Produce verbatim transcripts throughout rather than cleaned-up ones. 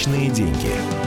Личные деньги.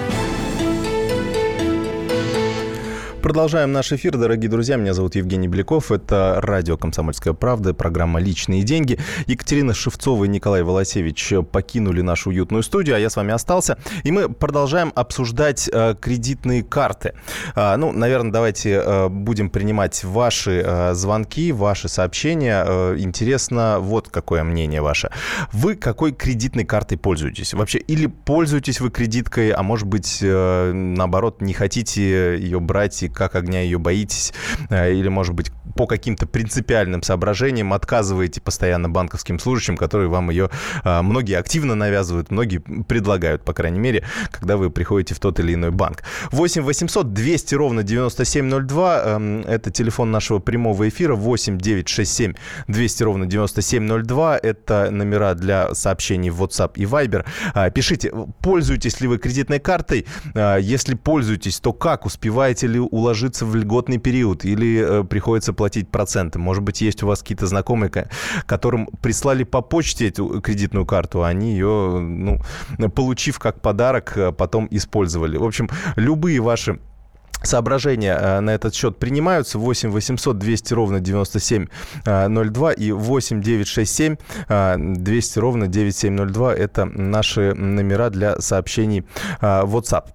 Продолжаем наш эфир, дорогие друзья. Меня зовут Евгений Беляков. Это радио «Комсомольская правда», программа «Личные деньги». Екатерина Шевцова и Николай Волосевич покинули нашу уютную студию, а я с вами остался. И мы продолжаем обсуждать э, кредитные карты. Э, ну, наверное, давайте э, будем принимать ваши э, звонки, ваши сообщения. Э, интересно, вот какое мнение ваше. Вы какой кредитной картой пользуетесь? Вообще, или пользуетесь вы кредиткой, а может быть, э, наоборот, не хотите ее брать и как огня ее боитесь, или, может быть, по каким-то принципиальным соображениям отказываете постоянно банковским служащим, которые вам ее многие активно навязывают, многие предлагают, по крайней мере, когда вы приходите в тот или иной банк. восемь восемьсот двести ровно девяносто семь ноль два, это телефон нашего прямого эфира, восемь девятьсот шестьдесят семь двести ровно девяносто семь ноль два, это номера для сообщений в WhatsApp и Viber. Пишите, пользуетесь ли вы кредитной картой, если пользуетесь, то как, успеваете ли уложиться в льготный период или э, приходится платить проценты. Может быть, есть у вас какие-то знакомые, которым прислали по почте эту кредитную карту, а они ее, ну, получив как подарок, потом использовали. В общем, любые ваши соображения на этот счет принимаются. восемь восемьсот двести ровно девяносто семь ноль два и восемь девятьсот шестьдесят семь двести ровно девяносто семь ноль два. Это наши номера для сообщений в WhatsApp.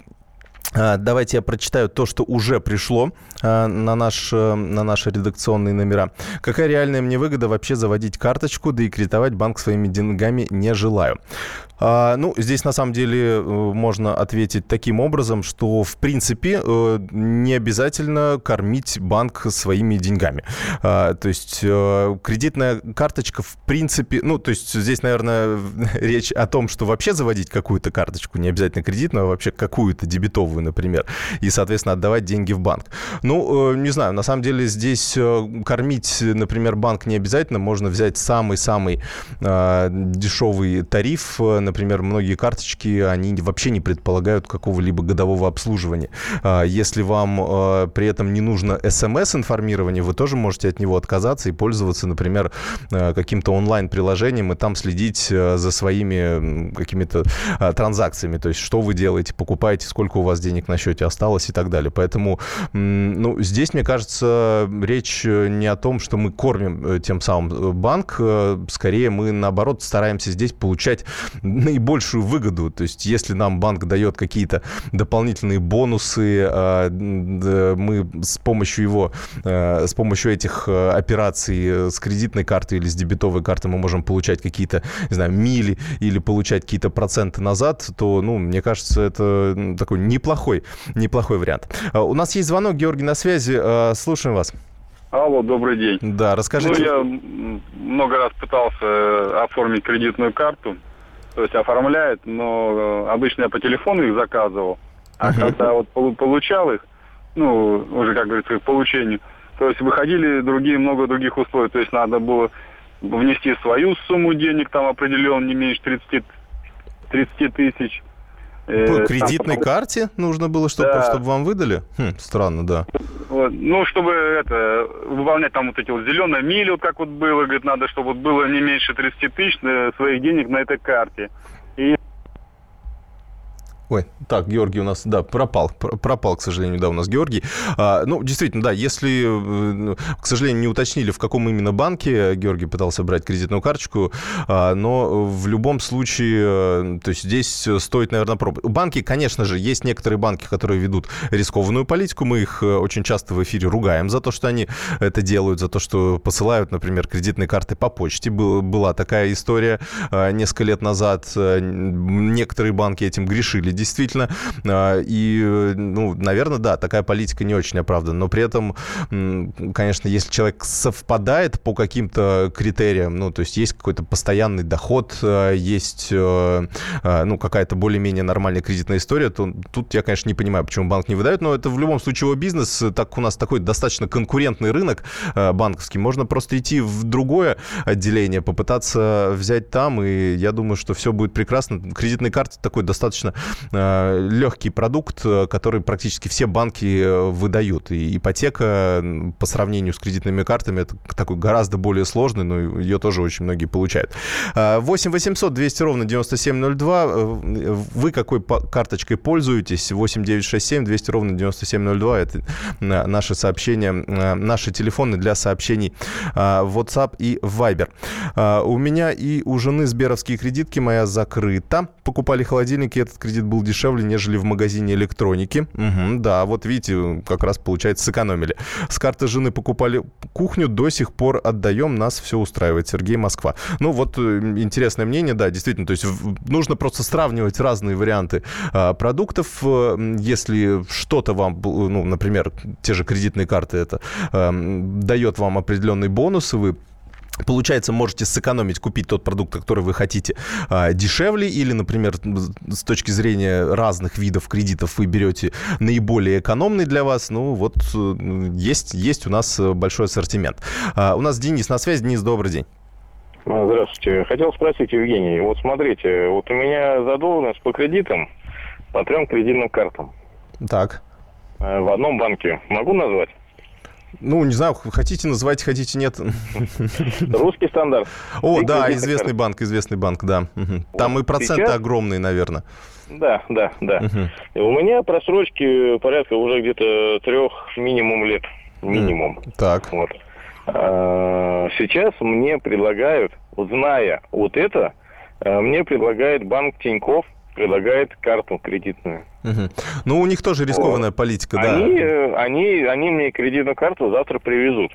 Давайте я прочитаю то, что уже пришло на, наш, на наши редакционные номера. Какая реальная мне выгода вообще заводить карточку, да и кредитовать банк своими деньгами не желаю? А, ну, здесь на самом деле можно ответить таким образом, что в принципе не обязательно кормить банк своими деньгами. А, то есть кредитная карточка в принципе, ну, то есть здесь, наверное, речь о том, что вообще заводить какую-то карточку, не обязательно кредитную, а вообще какую-то дебетовую, например, и, соответственно, отдавать деньги в банк. Ну, не знаю, на самом деле здесь кормить, например, банк не обязательно. Можно взять самый-самый э, дешевый тариф. Например, многие карточки, они вообще не предполагают какого-либо годового обслуживания. Э, если вам э, при этом не нужно эс эм эс-информирование, вы тоже можете от него отказаться и пользоваться, например, э, каким-то онлайн-приложением и там следить э, за своими какими-то э, транзакциями. То есть, что вы делаете, покупаете, сколько у вас денег на счете осталось и так далее. Поэтому, ну, здесь, мне кажется, речь не о том, что мы кормим тем самым банк. Скорее, мы, наоборот, стараемся здесь получать наибольшую выгоду. То есть, если нам банк дает какие-то дополнительные бонусы, мы с помощью его, с помощью этих операций с кредитной картой или с дебетовой карты мы можем получать какие-то, не знаю, мили или получать какие-то проценты назад, то, ну, мне кажется, это такой неплохой Неплохой, неплохой вариант. У нас есть звонок, Георгий на связи. Слушаем вас. Алло, добрый день. Да, расскажите. Ну, я много раз пытался оформить кредитную карту, то есть оформляет, но обычно я по телефону их заказывал, а uh-huh. когда вот получал их, ну, уже, как говорится, к получению, то есть выходили другие, много других условий, то есть надо было внести свою сумму денег, там определенно не меньше тридцать тысяч. По кредитной там, карте нужно было, чтобы, да. чтобы вам выдали? Хм, странно, да. Вот, ну, чтобы это, выполнять там вот эти вот зеленые мили, вот как вот было, говорит, надо, чтобы вот было не меньше тридцать тысяч своих денег на этой карте. И... Ой, так, Георгий у нас, да, пропал, пропал, к сожалению, да, у нас Георгий. А, ну, действительно, да, если, к сожалению, не уточнили, в каком именно банке Георгий пытался брать кредитную карточку, а, но в любом случае, то есть здесь стоит, наверное, пробовать. Банки, конечно же, есть некоторые банки, которые ведут рискованную политику, мы их очень часто в эфире ругаем за то, что они это делают, за то, что посылают, например, кредитные карты по почте. Был, была такая история а, несколько лет назад, некоторые банки этим грешили, действительно. И, ну, наверное, да, такая политика не очень оправдана. Но при этом, конечно, если человек совпадает по каким-то критериям, ну, то есть есть какой-то постоянный доход, есть, ну, какая-то более-менее нормальная кредитная история, то тут я, конечно, не понимаю, почему банк не выдает. Но это в любом случае его бизнес. Так у нас такой достаточно конкурентный рынок банковский. Можно просто идти в другое отделение, попытаться взять там, и я думаю, что все будет прекрасно. Кредитные карты такой достаточно легкий продукт, который практически все банки выдают. И ипотека по сравнению с кредитными картами это такой гораздо более сложный, но ее тоже очень многие получают. восемь восемьсот двести ровно девяносто семь ноль два. Вы какой карточкой пользуетесь? восемь девятьсот шестьдесят семь двести ровно девяносто семь ноль два. Это наши сообщения, наши телефоны для сообщений WhatsApp и Viber. У меня и у жены сберовские кредитки, моя закрыта. Покупали холодильники, этот кредит был дешевле, нежели в магазине электроники. Угу, да, вот видите, как раз, получается, сэкономили. С карты жены покупали кухню, до сих пор отдаем, нас все устраивает. Сергей, Москва. Ну, вот интересное мнение, да, действительно, то есть нужно просто сравнивать разные варианты а, продуктов. Если что-то вам, ну, например, те же кредитные карты, это а, дает вам определенные бонусы, вы получается, можете сэкономить, купить тот продукт, который вы хотите, а, дешевле, или, например, с точки зрения разных видов кредитов вы берете наиболее экономный для вас. Ну, вот есть, есть у нас большой ассортимент. А, у нас Денис на связи. Денис, добрый день. Здравствуйте. Хотел спросить, Евгений, вот смотрите, вот у меня задолженность по кредитам по трем кредитным картам. Так. В одном банке. Могу назвать? Ну, не знаю, хотите называть, хотите нет. Русский стандарт. О, да, известный банк, известный банк, да. Там и проценты огромные, наверное. Да, да, да. У меня просрочки порядка уже где-то трех минимум лет. Минимум. Так. Вот. Сейчас мне предлагают, зная вот это, мне предлагает банк Тинькофф, предлагает карту кредитную. Угу. Ну, у них тоже рискованная вот. политика, да. Они, они, они мне кредитную карту завтра привезут.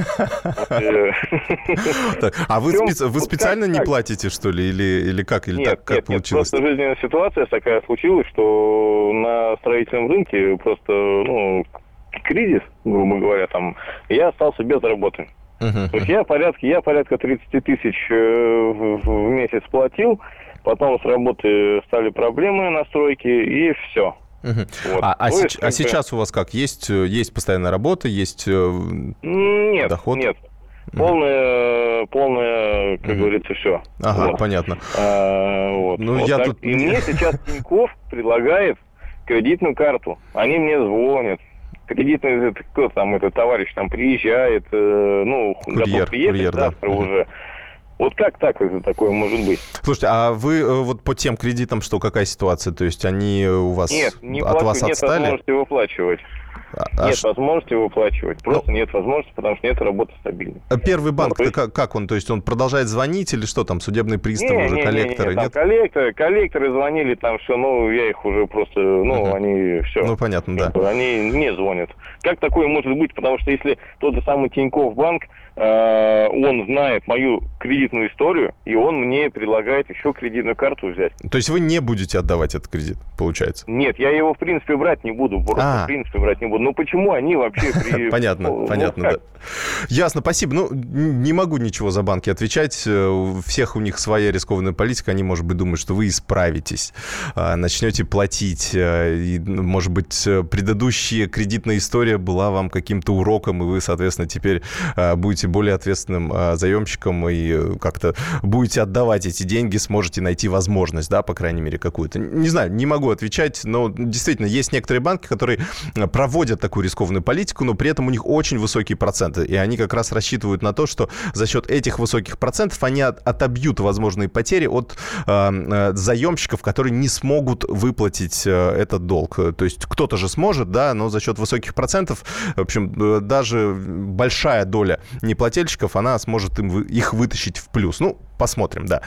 А вы специально не платите, что ли? Или как? Или так как получилось? Просто жизненная ситуация такая случилась, что на строительном рынке просто, ну, кризис, грубо говоря, там, я остался без работы. Uh-huh. То есть я порядка, я порядка тридцать тысяч в, в месяц платил, потом с работы стали проблемы на стройке, и все. Uh-huh. Вот. А, а, есть, а сейчас у вас как? Есть, есть постоянная работа, есть нет, доход? Нет, полная, полная, как uh-huh. говорится, все. Ага, вот. Понятно. А, вот. Ну, вот я тут... И мне сейчас Тинькофф предлагает кредитную карту. Они мне звонят. Кредитный, кто там, этот товарищ там приезжает, э, ну, курьер, готов приехать курьер, завтра да. уже. Вот как так это такое может быть? Слушайте, а вы вот по тем кредитам что, какая ситуация? То есть они у вас нет, не от плачу, вас нет отстали? Нет возможности выплачивать. А, нет ш... возможности выплачивать. Просто ну... нет возможности, потому что нет работы стабильной. Первый банк, ну, как, как он? То есть он продолжает звонить или что там? Судебные приставы не, уже, не, коллекторы? Не, не, нет? Коллекторы, коллекторы звонили, там все, ну, я их уже просто, ну, uh-huh. они все. Ну, понятно, да. Они не звонят. Как такое может быть? Потому что если тот же самый Тинькофф банк, э, он знает мою кредитную историю, и он мне предлагает еще кредитную карту взять. То есть вы не будете отдавать этот кредит, получается? Нет, я его, в принципе, брать не буду. Просто, А-а-а. в принципе, брать не буду. Но почему они вообще... При... Понятно, ну, понятно, да. Ясно, спасибо. Ну, не могу ничего за банки отвечать. У всех у них своя рискованная политика. Они, может быть, думают, что вы исправитесь, начнете платить. И, может быть, предыдущая кредитная история была вам каким-то уроком, и вы, соответственно, теперь будете более ответственным заемщиком и как-то будете отдавать эти деньги, сможете найти возможность, да, по крайней мере, какую-то. Не знаю, не могу отвечать, но действительно есть некоторые банки, которые проводят такую рискованную политику, но при этом у них очень высокие проценты, и они как раз рассчитывают на то, что за счет этих высоких процентов они от, отобьют возможные потери от э, заемщиков, которые не смогут выплатить э, этот долг. То есть кто-то же сможет, да, но за счет высоких процентов, в общем, э, даже большая доля неплательщиков, она сможет им, их вытащить в плюс. Ну, посмотрим, да.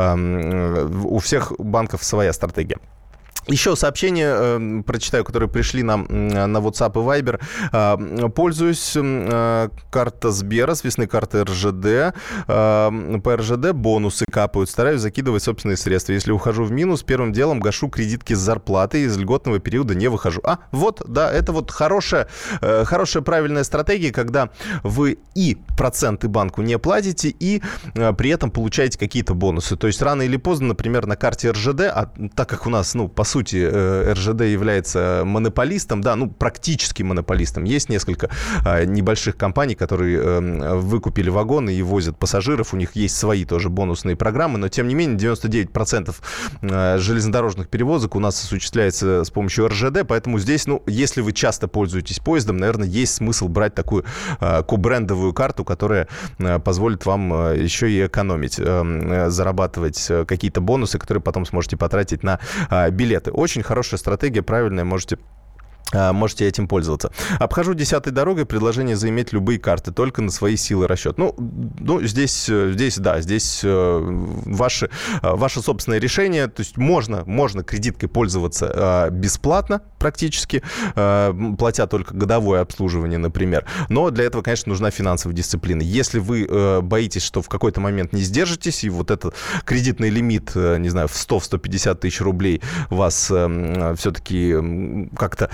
Э, у всех банков своя стратегия. Еще сообщения э, прочитаю, которые пришли нам э, на WhatsApp и Viber. Э, пользуюсь э, карта Сбера, с весны карты эр жэ дэ. Э, по эр жэ дэ бонусы капают. Стараюсь закидывать собственные средства. Если ухожу в минус, первым делом гашу кредитки с зарплаты. Из льготного периода не выхожу. А, вот, да, это вот хорошая, э, хорошая правильная стратегия, когда вы и проценты банку не платите, и э, при этом получаете какие-то бонусы. То есть рано или поздно, например, на карте эр жэ дэ, а так как у нас, ну, по сути, эр жэ дэ является монополистом, да, ну, практически монополистом. Есть несколько небольших компаний, которые выкупили вагоны и возят пассажиров. У них есть свои тоже бонусные программы, но, тем не менее, девяносто девять процентов железнодорожных перевозок у нас осуществляется с помощью эр жэ дэ, поэтому здесь, ну, если вы часто пользуетесь поездом, наверное, есть смысл брать такую кобрендовую карту, которая позволит вам еще и экономить, зарабатывать какие-то бонусы, которые потом сможете потратить на билеты. Очень хорошая стратегия, правильная, можете... Можете этим пользоваться. Обхожу десятой дорогой, предложение заиметь любые карты, только на свои силы расчет. Ну, ну здесь, здесь, да, здесь э, ваше, ваше собственное решение. То есть можно, можно кредиткой пользоваться э, бесплатно практически, э, платя только годовое обслуживание, например. Но для этого, конечно, нужна финансовая дисциплина. Если вы э, боитесь, что в какой-то момент не сдержитесь, и вот этот кредитный лимит, э, не знаю, в сто - сто пятьдесят тысяч рублей вас э, все-таки как-то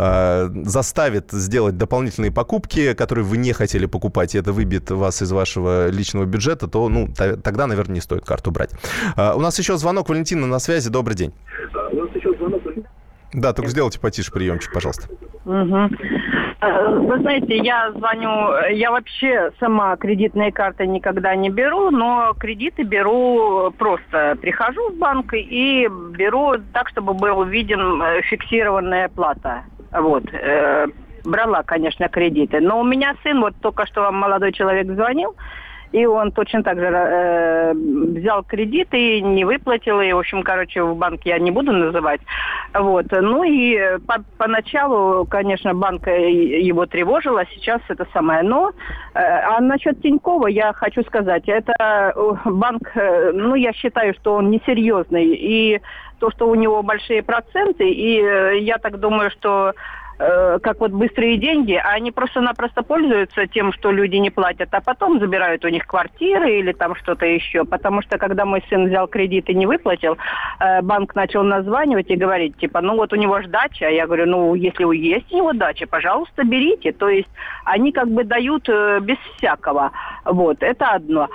заставит сделать дополнительные покупки, которые вы не хотели покупать, и это выбьет вас из вашего личного бюджета, то, ну, т- тогда, наверное, не стоит карту брать. У нас еще звонок. Валентина на связи. Добрый день. У нас еще звонок. Да, только сделайте потише приемчик, пожалуйста. Угу. Вы знаете, я звоню, я вообще сама кредитные карты никогда не беру, но кредиты беру просто. Прихожу в банк и беру так, чтобы был виден фиксированная плата. Вот. Брала, конечно, кредиты. Но у меня сын, вот только что вам молодой человек звонил, и он точно так же э, взял кредит и не выплатил. И, в общем, короче, в банк я не буду называть. Вот. Ну и по, поначалу, конечно, банк его тревожил, а сейчас это самое. Но э, а насчет Тинькова я хочу сказать, это банк, э, ну, я считаю, что он несерьезный. И то, что у него большие проценты, и э, я так думаю, что как вот быстрые деньги, а они просто-напросто пользуются тем, что люди не платят, а потом забирают у них квартиры или там что-то еще. Потому что, когда мой сын взял кредит и не выплатил, банк начал названивать и говорить, типа, ну вот у него ж дача. А я говорю, ну, если есть у него дача, пожалуйста, берите. То есть они как бы дают без всякого. Вот, это одно.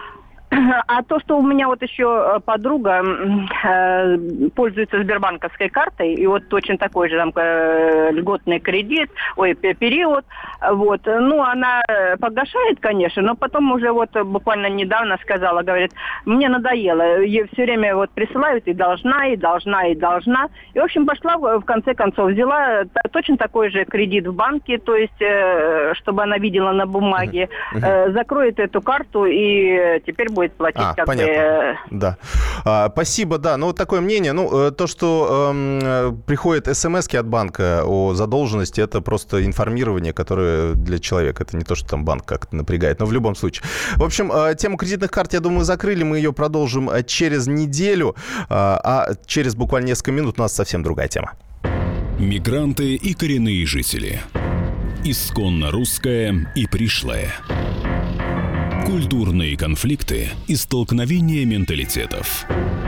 А то, что у меня вот еще подруга э, пользуется сбербанковской картой, и вот точно такой же там э, льготный кредит, ой, период, вот, ну, она погашает, конечно, но потом уже вот буквально недавно сказала, говорит, мне надоело, ей все время вот присылают и должна, и должна, и должна, и, в общем, пошла, в конце концов, взяла точно такой же кредит в банке, то есть, э, чтобы она видела на бумаге, э, закроет эту карту, и теперь будет будет платить. А, как понятно. Бы... Да. А, спасибо, да. Ну, вот такое мнение. Ну, то, что э, приходят смс-ки от банка о задолженности, это просто информирование, которое для человека. Это не то, что там банк как-то напрягает. Но в любом случае. В общем, э, тему кредитных карт, я думаю, закрыли. Мы ее продолжим через неделю. Э, а через буквально несколько минут у нас совсем другая тема. Мигранты и коренные жители. Исконно русское и пришлое. Культурные конфликты и столкновения менталитетов.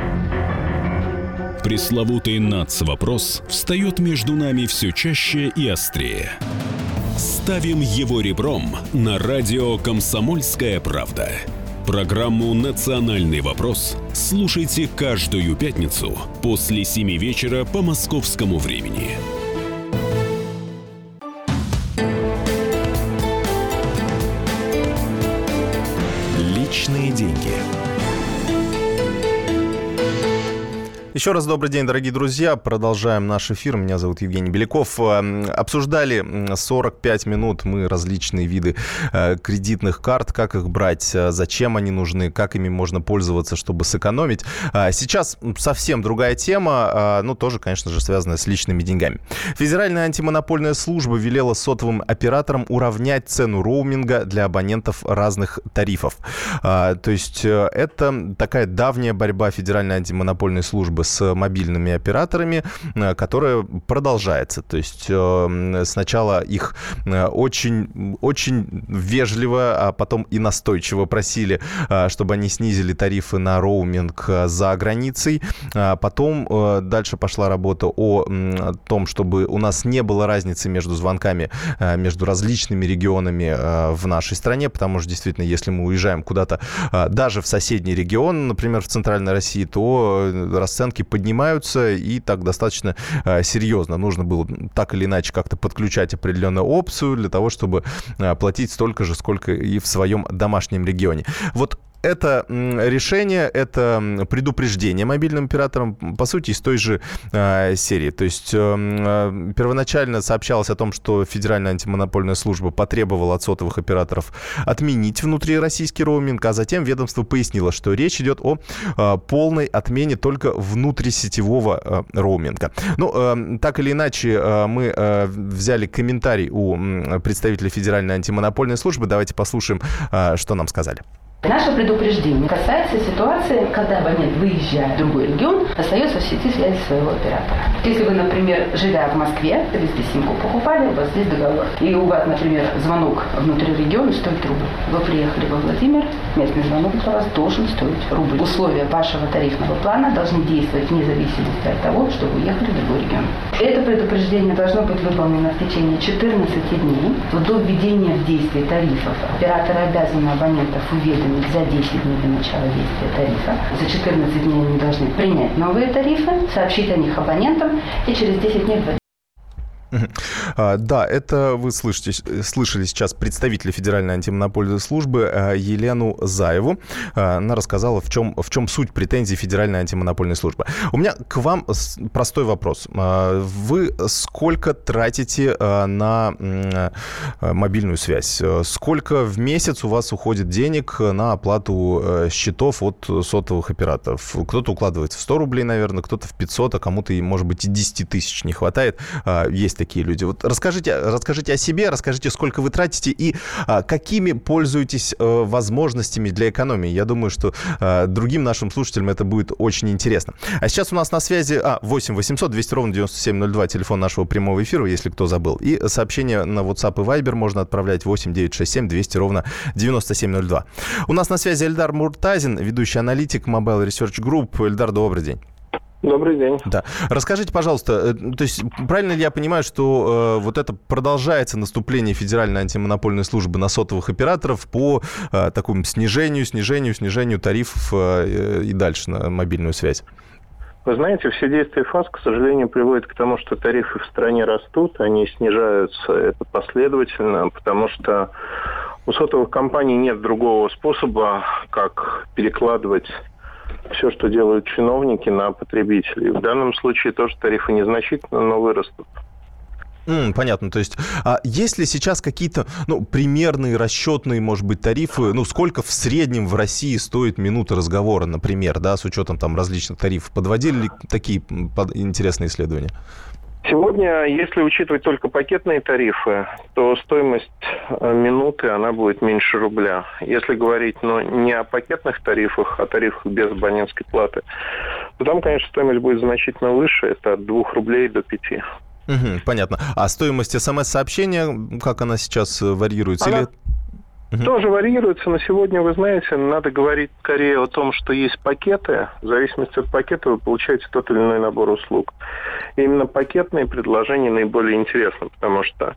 Пресловутый нацвопрос встает между нами все чаще и острее. Ставим его ребром на радио «Комсомольская правда». Программу «Национальный вопрос» слушайте каждую пятницу после семи вечера по московскому времени. Личные деньги. Еще раз добрый день, дорогие друзья. Продолжаем наш эфир. Меня зовут Евгений Беляков. Обсуждали сорок пять минут мы различные виды кредитных карт, как их брать, зачем они нужны, как ими можно пользоваться, чтобы сэкономить. Сейчас совсем другая тема, ну, тоже, конечно же, связанная с личными деньгами. Федеральная антимонопольная служба велела сотовым операторам уравнять цену роуминга для абонентов разных тарифов. То есть это такая давняя борьба Федеральной антимонопольной службы с мобильными операторами, которая продолжается. То есть сначала их очень, очень вежливо, а потом и настойчиво просили, чтобы они снизили тарифы на роуминг за границей. Потом дальше пошла работа о том, чтобы у нас не было разницы между звонками между различными регионами в нашей стране, потому что действительно, если мы уезжаем куда-то даже в соседний регион, например, в Центральной России, то расценка планки поднимаются, и так достаточно э, серьезно. Нужно было так или иначе как-то подключать определенную опцию для того, чтобы э, платить столько же, сколько и в своем домашнем регионе. Вот это решение, это предупреждение мобильным операторам, по сути, из той же э, серии. То есть э, первоначально сообщалось о том, что Федеральная антимонопольная служба потребовала от сотовых операторов отменить внутрироссийский роуминг, а затем ведомство пояснило, что речь идет о э, полной отмене только внутрисетевого э, роуминга. Ну, э, так или иначе, э, мы э, взяли комментарий у представителя Федеральной антимонопольной службы. Давайте послушаем, э, что нам сказали. Наше предупреждение касается ситуации, когда абонент, выезжая в другой регион, остается в сети связи своего оператора. Если вы, например, живя в Москве, вы здесь симку покупали, у вас здесь договор, и у вас, например, звонок внутри региона стоит рубль. Вы приехали во Владимир, местный звонок для вас должен стоить рубль. Условия вашего тарифного плана должны действовать вне зависимости от того, что вы уехали в другой регион. Это предупреждение должно быть выполнено в течение четырнадцати дней. До введения в действие тарифов операторы обязаны абонентов уведомить за десять дней до начала действия тарифа. За четырнадцать дней они должны принять новые тарифы, сообщить о них абонентам и через десять дней вводить. Да, это вы слышите, слышали сейчас представителя Федеральной антимонопольной службы Елену Заеву. Она рассказала, в чем, в чем суть претензий Федеральной антимонопольной службы. У меня к вам простой вопрос. Вы сколько тратите на мобильную связь? Сколько в месяц у вас уходит денег на оплату счетов от сотовых операторов? Кто-то укладывается в сто рублей, наверное, кто-то в пятьсот, а кому-то, может быть, и десять тысяч не хватает. Есть такие люди. Вот расскажите, расскажите о себе, расскажите, сколько вы тратите и а, какими пользуетесь а, возможностями для экономии. Я думаю, что а, другим нашим слушателям это будет очень интересно. А сейчас у нас на связи а, восемь восемьсот двести ровно девяносто семь ноль два, телефон нашего прямого эфира, если кто забыл. И сообщение на WhatsApp и Viber можно отправлять восемь девятьсот шестьдесят семь двести ровно девяносто семь ноль два. У нас на связи Эльдар Муртазин, ведущий аналитик Mobile Research Group. Эльдар, добрый день. Добрый день. Да. Расскажите, пожалуйста, то есть правильно ли я понимаю, что э, вот это продолжается наступление Федеральной антимонопольной службы на сотовых операторов по э, такому снижению, снижению, снижению тарифов э, и дальше на мобильную связь? Вы знаете, все действия ФАС, к сожалению, приводят к тому, что тарифы в стране растут, они снижаются, это последовательно, потому что у сотовых компаний нет другого способа, как перекладывать все, что делают чиновники, на потребителей. В данном случае тоже тарифы незначительно, но вырастут. Mm, понятно. То есть, а есть ли сейчас какие-то, ну, примерные расчетные, может быть, тарифы? Ну, сколько в среднем в России стоит минута разговора, например, да, с учетом там различных тарифов? Подводили ли такие интересные исследования? Сегодня, если учитывать только пакетные тарифы, то стоимость минуты, она будет меньше рубля. Если говорить, ну, не о пакетных тарифах, а тарифах без абонентской платы, то там, конечно, стоимость будет значительно выше. Это от двух рублей до пяти. Угу, понятно. А стоимость смс-сообщения, как она сейчас варьируется? Она... Или... Тоже варьируется, но сегодня, вы знаете, надо говорить скорее о том, что есть пакеты. В зависимости от пакета вы получаете тот или иной набор услуг. И именно пакетные предложения наиболее интересны, потому что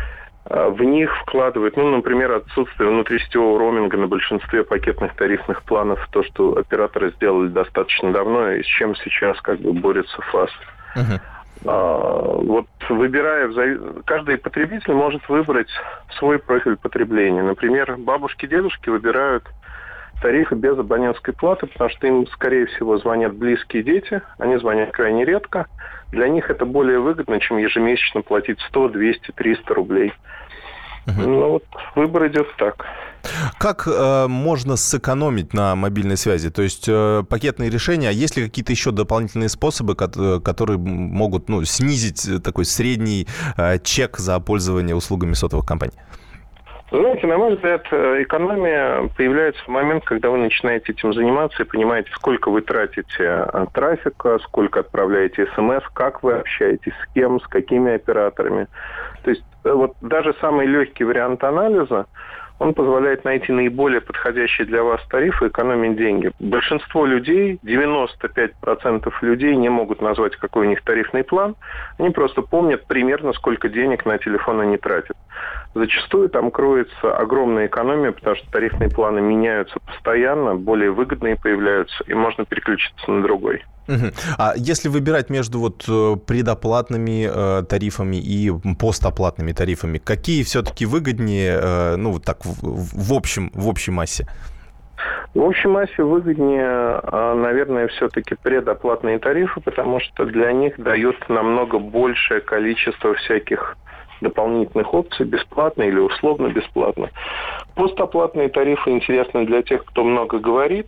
в них вкладывают, ну, например, отсутствие внутрисетевого роуминга на большинстве пакетных тарифных планов, то, что операторы сделали достаточно давно, и с чем сейчас как бы борется ФАС. Uh-huh. Вот выбирая, каждый потребитель может выбрать свой профиль потребления. Например, бабушки и дедушки выбирают тарифы без абонентской платы, потому что им, скорее всего, звонят близкие дети, они звонят крайне редко. Для них это более выгодно, чем ежемесячно платить сто, двести, триста рублей. Uh-huh. Ну вот выбор идет так. Как э, можно сэкономить на мобильной связи? То есть э, пакетные решения, а есть ли какие-то еще дополнительные способы, которые могут, ну, снизить такой средний э, чек за пользование услугами сотовых компаний? Знаете, на мой взгляд, экономия появляется в момент, когда вы начинаете этим заниматься и понимаете, сколько вы тратите трафика, сколько отправляете смс, как вы общаетесь, с кем, с какими операторами. То есть вот даже самый легкий вариант анализа, он позволяет найти наиболее подходящий для вас тариф и экономить деньги. Большинство людей, девяносто пять процентов людей не могут назвать, какой у них тарифный план. Они просто помнят примерно, сколько денег на телефон они тратят. Зачастую там кроется огромная экономия, потому что тарифные планы меняются постоянно, более выгодные появляются, и можно переключиться на другой. Угу. А если выбирать между вот предоплатными э, тарифами и постоплатными тарифами, какие все-таки выгоднее, э, ну, вот так, в, в, общем, в общей массе? В общей массе выгоднее, наверное, все-таки предоплатные тарифы, потому что для них дают намного большее количество всяких дополнительных опций, бесплатно или условно бесплатно. Постоплатные тарифы интересны для тех, кто много говорит,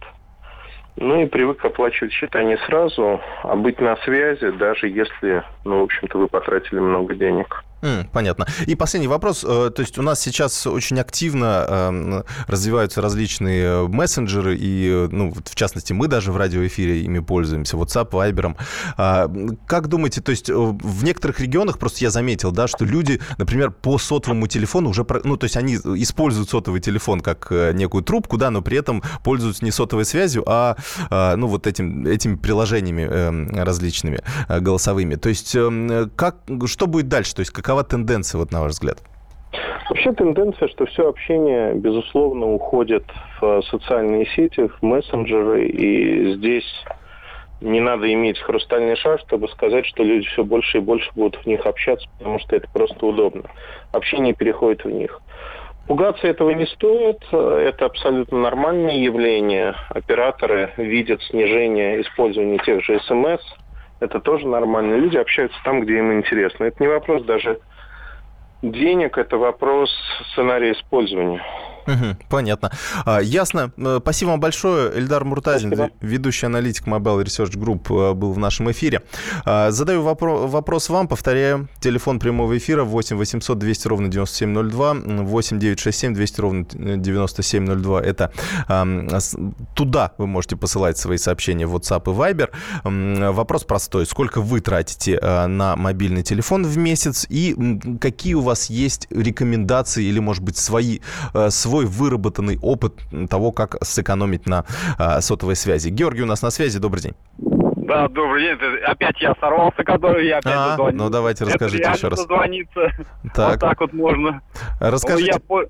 ну и привык оплачивать счета не сразу, а быть на связи, даже если, ну, в общем-то, вы потратили много денег. Mm, понятно. И последний вопрос. То есть у нас сейчас очень активно развиваются различные мессенджеры, и, ну, в частности, мы даже в радиоэфире ими пользуемся, WhatsApp, Viber. Как думаете, то есть в некоторых регионах, просто я заметил, да, что люди, например, по сотовому телефону уже, ну, то есть они используют сотовый телефон как некую трубку, да, но при этом пользуются не сотовой связью, а, ну, вот этим, этими приложениями различными голосовыми. То есть как, что будет дальше? То есть какова тенденция, вот на ваш взгляд? Вообще тенденция, что все общение, безусловно, уходит в социальные сети, в мессенджеры, и здесь не надо иметь хрустальный шар, чтобы сказать, что люди все больше и больше будут в них общаться, потому что это просто удобно. Общение переходит в них. Пугаться этого не стоит, это абсолютно нормальное явление. Операторы видят снижение использования тех же СМС, это тоже нормально. Люди общаются там, где им интересно. Это не вопрос даже денег, это вопрос сценария использования. Угу, понятно. А, ясно. Спасибо вам большое. Эльдар Муртазин, Спасибо. ведущий аналитик Mobile Research Group, был в нашем эфире. А, задаю вопро- вопрос вам. Повторяю. Телефон прямого эфира восемь восемьсот двести ровно девяносто семь ноль два, восемь девятьсот шестьдесят семь двести ровно девяносто семь ноль два. Это а, туда вы можете посылать свои сообщения в WhatsApp и Viber. А, вопрос простой. Сколько вы тратите а, на мобильный телефон в месяц? И какие у вас есть рекомендации или, может быть, свои, а, свои свой выработанный опыт того, как сэкономить на а, сотовой связи. Георгий у нас на связи. Добрый день. Да, добрый день. Это опять я сорвался, который я опять а, дозвонился. Ну, давайте расскажите еще раз. Дозвониться. Так. Вот так вот можно. Расскажите. Я по...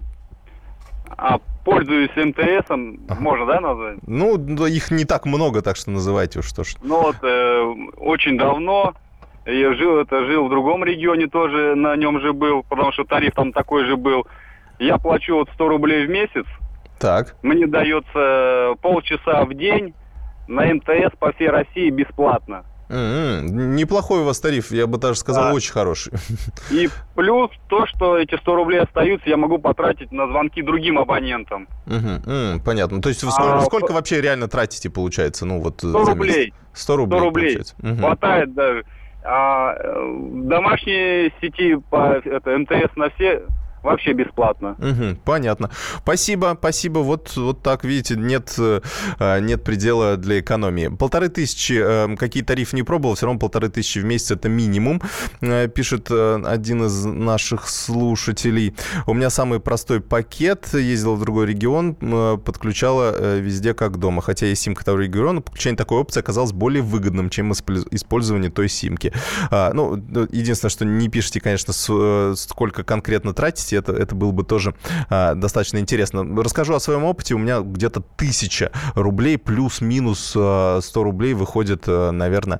а, пользуюсь МТСом. Ага. Можно, да, назвать? Ну, их не так много, так что называйте уж что ж. Ну, вот э, очень давно я жил, это жил в другом регионе, тоже на нем же был, потому что тариф там такой же был. Я плачу вот сто рублей в месяц. Так. Мне дается полчаса в день на МТС по всей России бесплатно. Mm-hmm. Неплохой у вас тариф, я бы даже сказал, да. Очень хороший. И плюс то, что эти сто рублей остаются, я могу потратить на звонки другим абонентам. Mm-hmm. Mm, понятно. То есть вы сколько, а, сколько по... вообще реально тратите, получается? Ну, вот сто рублей. сто рублей, сто рублей. Mm-hmm. Хватает даже. А в домашней сети по это, МТС на все... Вообще бесплатно. Угу, понятно. Спасибо, спасибо. Вот, вот так, видите, нет, нет предела для экономии. Полторы тысячи, какие тарифы не пробовал, все равно полторы тысячи в месяц это минимум, пишет один из наших слушателей. У меня самый простой пакет, ездил в другой регион, подключала везде как дома. Хотя есть симка того региона, подключение такой опции оказалось более выгодным, чем использование той симки. Ну, единственное, что не пишите, конечно, сколько конкретно тратите, Это, это было бы тоже а, достаточно интересно. Расскажу о своем опыте. У меня где-то тысяча рублей плюс-минус а, сто рублей выходит, а, наверное,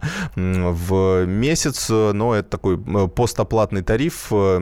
в месяц. Но это такой постоплатный тариф а,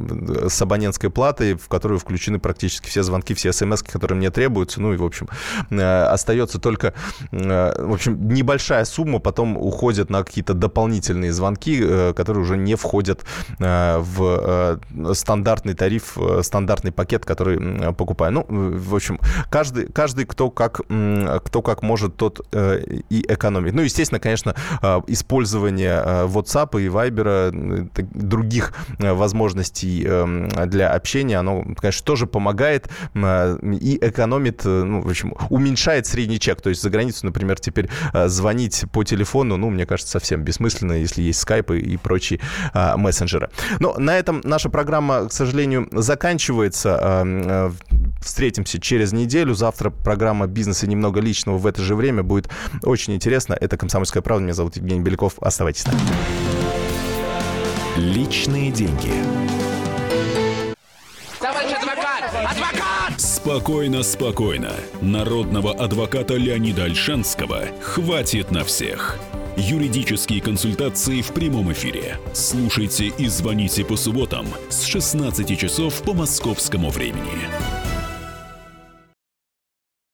с абонентской платой, в которую включены практически все звонки, все смс, которые мне требуются. Ну и, в общем, а, остается только, а, в общем, небольшая сумма, потом уходит на какие-то дополнительные звонки, а, которые уже не входят а, в а, стандартный тариф, стандартный пакет, который покупаю. Ну, в общем, каждый, каждый кто, как, кто как может, тот э, и экономит. Ну, естественно, конечно, использование WhatsApp и Viber, других возможностей для общения, оно, конечно, тоже помогает и экономит, ну, в общем, уменьшает средний чек. То есть за границу, например, теперь звонить по телефону, ну, мне кажется, совсем бессмысленно, если есть Skype и прочие мессенджеры. Но на этом наша программа, к сожалению, заканчивается. Встретимся через неделю. Завтра программа «Бизнес и немного личного» в это же время будет очень интересно. Это «Комсомольская правда». Меня зовут Евгений Беляков. Оставайтесь с нами. Личные деньги. Товарищ адвокат! Адвокат! Спокойно, спокойно. Народного адвоката Леонида Ольшанского хватит на всех. Юридические консультации в прямом эфире. Слушайте и звоните по субботам с шестнадцати часов по московскому времени.